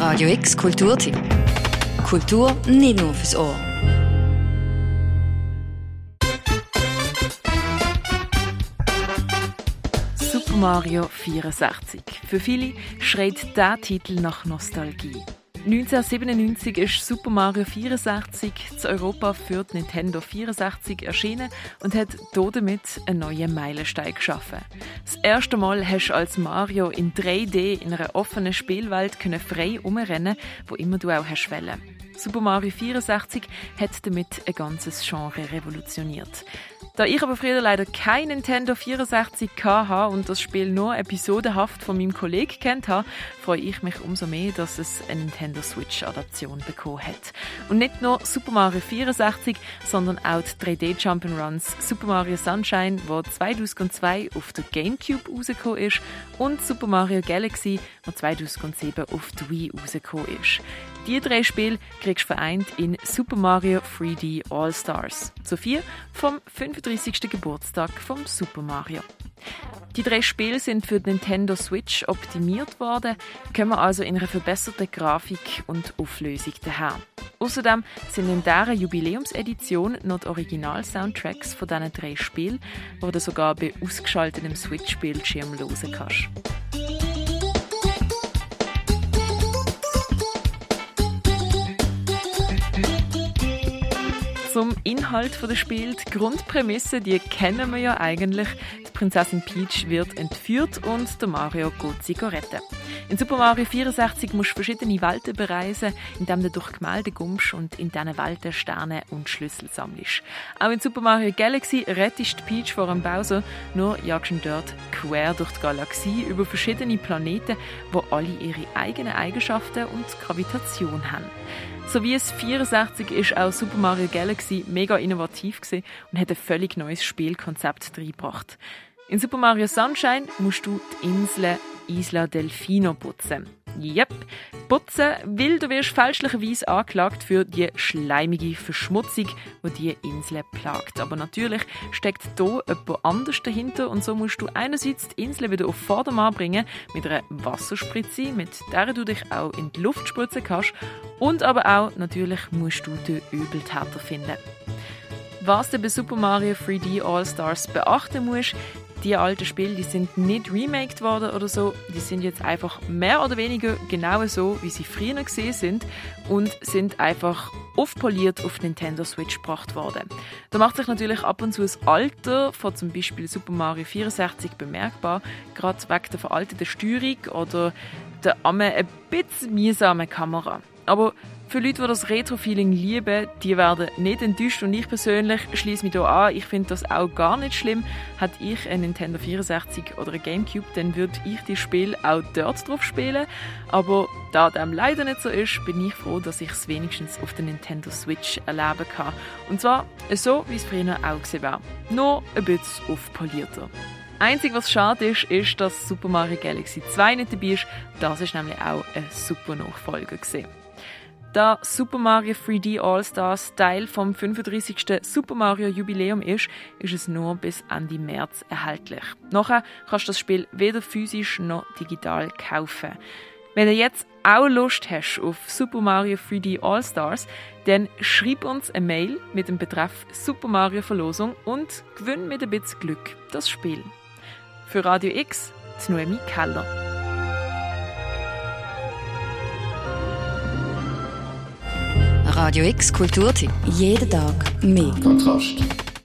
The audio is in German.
Radio X Kulturtipp. Kultur nicht nur fürs Ohr. Super Mario 64. Für viele schreit dieser Titel nach Nostalgie. 1997 ist Super Mario 64 zu Europa für die Nintendo 64 erschienen und hat damit einen neuen Meilenstein geschaffen. Das erste Mal hast du als Mario in 3D in einer offenen Spielwelt frei herumrennen, wo immer du auch hast wollen. Super Mario 64 hat damit ein ganzes Genre revolutioniert. Da ich aber früher leider kein Nintendo 64 hatte und das Spiel nur episodenhaft von meinem Kollegen kennt habe, freue ich mich umso mehr, dass es eine Nintendo Switch-Adaption bekommen hat. Und nicht nur Super Mario 64, sondern auch die 3D Jump'n'Runs Super Mario Sunshine, wo 2002 auf der GameCube rausgekommen ist, und Super Mario Galaxy, wo 2007 auf der Wii rausgekommen ist. Die 3 Spiele kriegst du vereint in Super Mario 3D All-Stars, sowie vom 35. Geburtstag von Super Mario. Die 3 Spiele sind für die Nintendo Switch optimiert worden, kommen also in einer verbesserten Grafik und Auflösung daher. Außerdem sind in dieser Jubiläumsedition noch die Original-Soundtracks von diesen 3 Spielen, die du sogar bei ausgeschaltetem Switch-Bildschirm hören kannst. Zum Inhalt des Spiels. Die Grundprämisse, die kennen wir ja eigentlich. Die Prinzessin Peach wird entführt und der Mario geht sie retten. In Super Mario 64 musst du verschiedene Welten bereisen, indem du durch Gemälde kommst und in diesen Welten Sterne und Schlüssel sammelst. Auch in Super Mario Galaxy rettest du Peach vor einem Bowser, nur jagst du dort quer durch die Galaxie über verschiedene Planeten, die alle ihre eigenen Eigenschaften und Gravitation haben. So wie es 64 ist auch Super Mario Galaxy mega innovativ gewesen und hat ein völlig neues Spielkonzept reingebracht. In Super Mario Sunshine musst du die Insel Isla Delfino putzen. Yep, putzen, weil du wirst fälschlicherweise angeklagt für die schleimige Verschmutzung, die diese Insel plagt. Aber natürlich steckt hier jemand anders dahinter und so musst du einerseits die Insel wieder auf Vordermann bringen mit einer Wasserspritze, mit der du dich auch in die Luft spritzen kannst, und aber auch natürlich musst du den Übeltäter finden. Was du bei Super Mario 3D All-Stars beachten musst: die alten Spiele, die sind nicht remaked worden oder so, die sind jetzt einfach mehr oder weniger genau so, wie sie früher gesehen sind, und sind einfach aufpoliert auf Nintendo Switch gebracht worden. Da macht sich natürlich ab und zu das Alter von zum Beispiel Super Mario 64 bemerkbar, gerade wegen der veralteten Steuerung oder der ein bisschen mühsamen Kamera. Aber für Leute, die das Retro-Feeling lieben, die werden nicht enttäuscht, und ich persönlich schließe mich hier an. Ich finde das auch gar nicht schlimm. Hätte ich ein Nintendo 64 oder ein Gamecube, dann würde ich die Spiele auch dort drauf spielen. Aber da dem leider nicht so ist, bin ich froh, dass ich es wenigstens auf der Nintendo Switch erleben kann. Und zwar so, wie es früher auch gewesen wäre. Nur ein bisschen aufpolierter. Einzig, was schade ist, ist, dass Super Mario Galaxy 2 nicht dabei ist. Das ist nämlich auch ein super Nachfolger gewesen. Da Super Mario 3D All-Stars Teil vom 35. Super Mario Jubiläum ist es nur bis Ende März erhältlich. Nachher kannst du das Spiel weder physisch noch digital kaufen. Wenn du jetzt auch Lust hast auf Super Mario 3D All-Stars, dann schreib uns eine Mail mit dem Betreff Super Mario Verlosung und gewinn mit ein bisschen Glück das Spiel. Für Radio X, die Noemi Keller. Radio X Kulturtipp. Jeden Tag mehr. Kontrast.